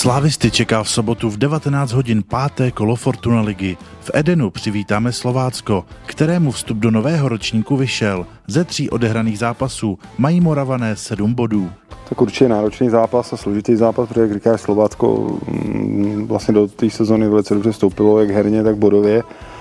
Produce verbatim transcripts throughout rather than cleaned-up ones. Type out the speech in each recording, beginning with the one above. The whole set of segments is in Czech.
Slávisty čeká v sobotu v devatenáct hodin páté kolo Fortuna ligy. V Edenu přivítáme Slovácko, kterému vstup do nového ročníku vyšel. Ze tří odehraných zápasů mají Moravané sedm bodů. Tak určitě náročný zápas a složitý zápas, protože jak říkáš, Slovácko vlastně do té sezony velice dobře vstoupilo, jak herně, tak bodově.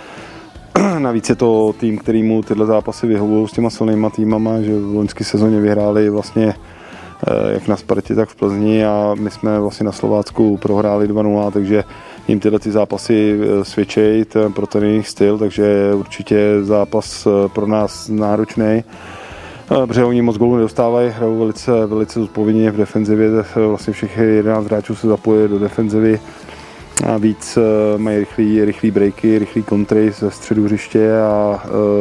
Navíc je to tým, kterýmu tyhle zápasy vyhovují s těma silnýma týmama, že v loňské sezóně vyhráli vlastně jak na Spartě, tak v Plzni a my jsme vlastně na Slovácku prohráli dva nula, takže jim tyhle ty zápasy svědčejí pro ten jejich styl, takže určitě zápas pro nás náročný. Protože oni moc gólů nedostávají, hrajou velice, velice zodpovědně v defenzivě, vlastně všech jedenáct hráčů se zapojí do defenzivy a víc mají rychlý, rychlý breaky, rychlý kontry ze středu hřiště a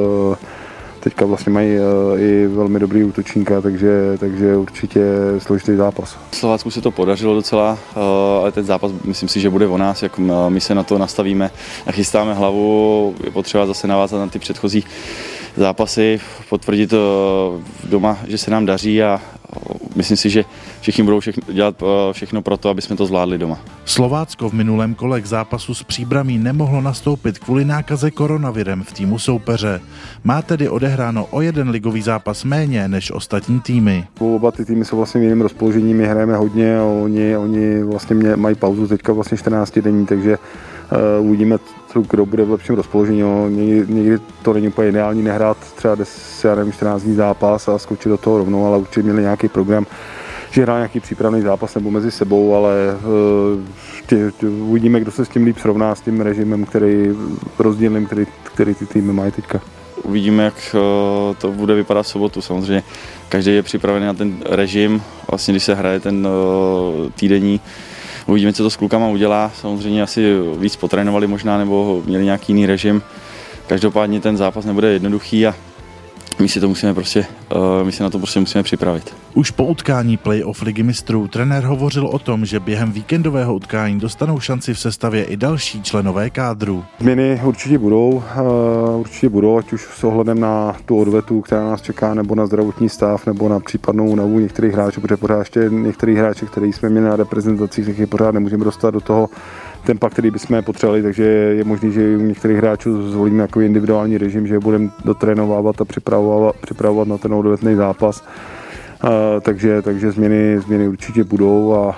teďka vlastně mají i velmi dobrý útočníka, takže, takže určitě složitý zápas. Slovácku se to podařilo docela, ale ten zápas myslím si, že bude o nás, jak my se na to nastavíme, nachystáme hlavu, je potřeba zase navázat na ty předchozí zápasy, potvrdit doma, že se nám daří a myslím si, že všichni budou všechno, dělat všechno pro to, aby jsme to zvládli doma. Slovácko v minulém kole k zápasu s Příbramí nemohlo nastoupit kvůli nákaze koronavirem v týmu soupeře. Má tedy odehráno o jeden ligový zápas méně než ostatní týmy. Oba ty týmy jsou vlastně v jiném rozpoložení, my hrajeme hodně a oni, oni vlastně mě, mají pauzu teďka vlastně čtrnáct denní, takže uh, uvidíme, kdo bude v lepším rozpoložení. No, někdy, někdy to není úplně ideální nehrát třeba deset, já nevím, čtrnáct dní zápas a skočit do toho rovnou, ale určitě měli nějaký program, že hrál nějaký přípravný zápas nebo mezi sebou, ale uh, tě, tě, uvidíme, kdo se s tím líp srovná, s tím režimem, který rozdílným, který, který ty týmy mají teďka. Uvidíme, jak uh, to bude vypadat v sobotu. Samozřejmě každý je připravený na ten režim, vlastně když se hraje ten uh, týdenní. Uvidíme, co to s klukama udělá. Samozřejmě asi víc potrénovali možná, nebo měli nějaký jiný režim. Každopádně ten zápas nebude jednoduchý a my si to musíme prostě, uh, my si na to prostě musíme připravit. Už po utkání play-off Ligy mistrů trenér hovořil o tom, že během víkendového utkání dostanou šanci v sestavě i další členové kádru. Změny určitě budou, uh, určitě budou, ať už s ohledem na tu odvetu, která nás čeká, nebo na zdravotní stav, nebo na případnou únavu některých hráčů, protože pořád ještě některých hráčů, který jsme měli na reprezentacích, tak je pořád nemůžeme dostat do toho tempa, který bychom potřebovali, takže je možný, že u některých hráčů zvolíme jako individuální režim, že je budeme dotrénovávat a připravovat, připravovat na ten odvetný zápas. Uh, takže, takže změny, změny určitě budou a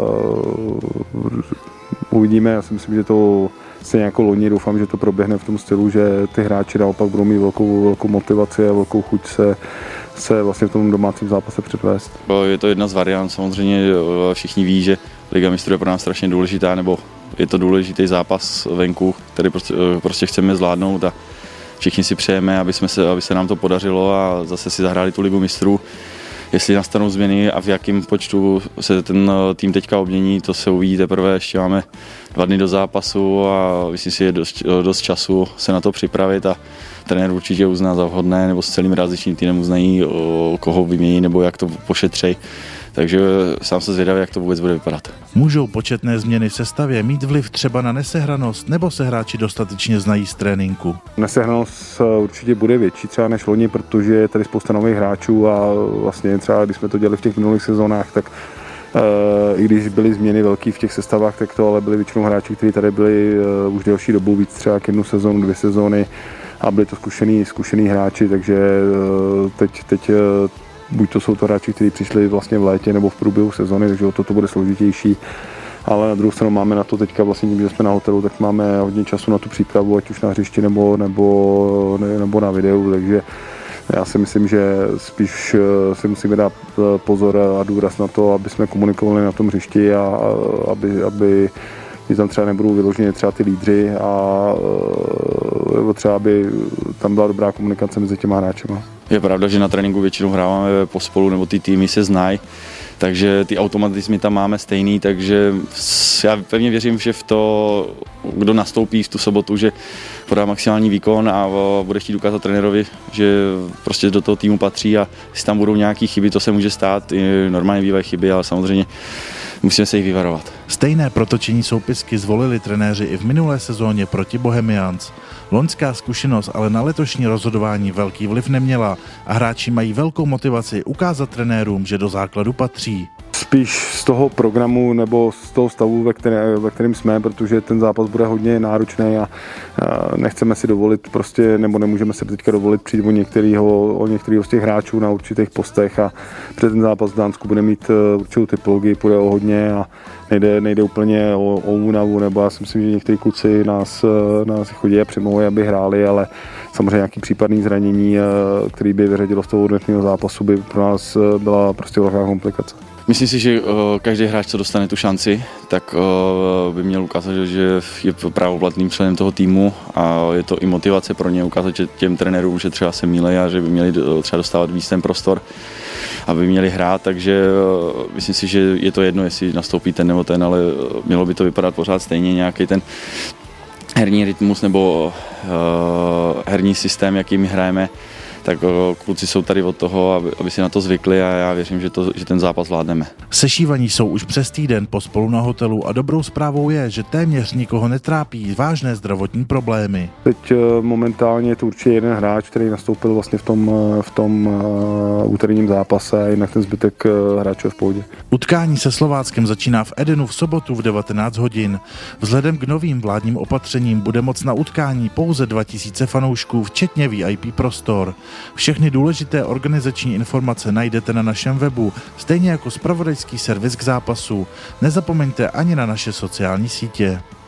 uh, uvidíme. Já si myslím, že to stejně jako loni, doufám, že to proběhne v tom stylu, že ty hráči naopak budou mít velkou, velkou motivaci a velkou chuť se, se vlastně v tom domácím zápase předvést. Je to jedna z variant, samozřejmě všichni ví, že Liga mistrů je pro nás strašně důležitá, nebo je to důležitý zápas venku, který prostě, prostě chceme zvládnout a všichni si přejeme, aby, jsme se, aby se nám to podařilo a zase si zahráli tu Ligu mistrů. Jestli nastanou změny a v jakém počtu se ten tým teďka obmění, to se uvidí teprve, ještě máme dva dny do zápasu a myslím si, že je dost, dost času se na to připravit a trenér určitě uzná za vhodné, nebo s celým različným týmem uznají, koho vymění nebo jak to pošetřej. Takže sám se zvědavý, jak to vůbec bude vypadat. Můžou početné změny v sestavě mít vliv třeba na nesehranost, nebo se hráči dostatečně znají z tréninku? Nesehranost určitě bude větší třeba než loni, protože je tady spousta nových hráčů a vlastně třeba když jsme to dělali v těch minulých sezónách, tak Uh, i když byly změny velký v těch sestavách, tak to ale byli většinou hráči, kteří tady byli uh, už delší dobu, víc třeba k jednu sezónu, dvě sezóny a byli to zkušený, zkušený hráči, takže uh, teď, teď uh, buď to jsou to hráči, kteří přišli vlastně v létě nebo v průběhu sezóny, takže o to, to bude složitější. Ale na druhou stranu máme na to teďka vlastně tím, že jsme na hotelu, tak máme hodně času na tu přípravu, ať už na hřišti nebo, nebo, nebo na videu, takže já si myslím, že spíš si musíme dát pozor a důraz na to, aby jsme komunikovali na tom hřišti a aby, aby tam třeba nebudou vyloženě třeba ty lídři a nebo třeba aby tam byla dobrá komunikace mezi těma hráčema. Je pravda, že na tréninku většinou hráváme pospolu, nebo ty týmy se znají, takže ty automatizmy tam máme stejný, takže já pevně věřím, že v to, kdo nastoupí v tu sobotu, že podá maximální výkon a bude chtít ukázat trenérovi, že prostě do toho týmu patří a jestli tam budou nějaké chyby, to se může stát, normálně bývají chyby, ale samozřejmě musíme se jich vyvarovat. Stejné protočení soupisky zvolili trenéři i v minulé sezóně proti Bohemians. Loňská zkušenost ale na letošní rozhodování velký vliv neměla a hráči mají velkou motivaci ukázat trenérům, že do základu patří. spíš z toho programu nebo z toho stavu, ve, které, ve kterém jsme, protože ten zápas bude hodně náročný a, a nechceme si dovolit prostě, nebo nemůžeme si teďka dovolit přijít o některýho, o některýho z těch hráčů na určitých postech a před ten zápas v Dánsku bude mít určitou typologii, půjde o hodně a nejde, nejde úplně o, o únavu, nebo já si myslím, že někteří kluci nás, nás chodí a přimlouvají, aby hráli, ale samozřejmě nějaký případný zranění, který by vyřadilo z toho odvetného zápasu, by pro nás byla prostě velká komplikace. Myslím si, že každý hráč, co dostane tu šanci, tak by měl ukázat, že je právoplatným členem toho týmu a je to i motivace pro ně ukázat že těm trenérům, že třeba se mýlejí a že by měli třeba dostávat víc ten prostor, aby měli hrát, takže myslím si, že je to jedno, jestli nastoupí ten nebo ten, ale mělo by to vypadat pořád stejně, nějaký ten herní rytmus nebo uh, herní systém, jaký my hrajeme, tak kluci jsou tady od toho, aby, aby si na to zvykli a já věřím, že, to, že ten zápas zvládneme. Sešívaní jsou už přes týden pospolu na hotelu a dobrou zprávou je, že téměř nikoho netrápí vážné zdravotní problémy. Teď momentálně je to určitě jeden hráč, který nastoupil vlastně v tom, v tom uh, úterním zápase a jinak ten zbytek uh, hráčů je v pohodě. Utkání se Slováckem začíná v Edenu v sobotu v devatenáct hodin. Vzhledem k novým vládním opatřením bude moc na utkání pouze dva tisíce fanoušků, včetně V I P prostor. Všechny důležité organizační informace najdete na našem webu, stejně jako zpravodajský servis k zápasu. Nezapomeňte ani na naše sociální sítě.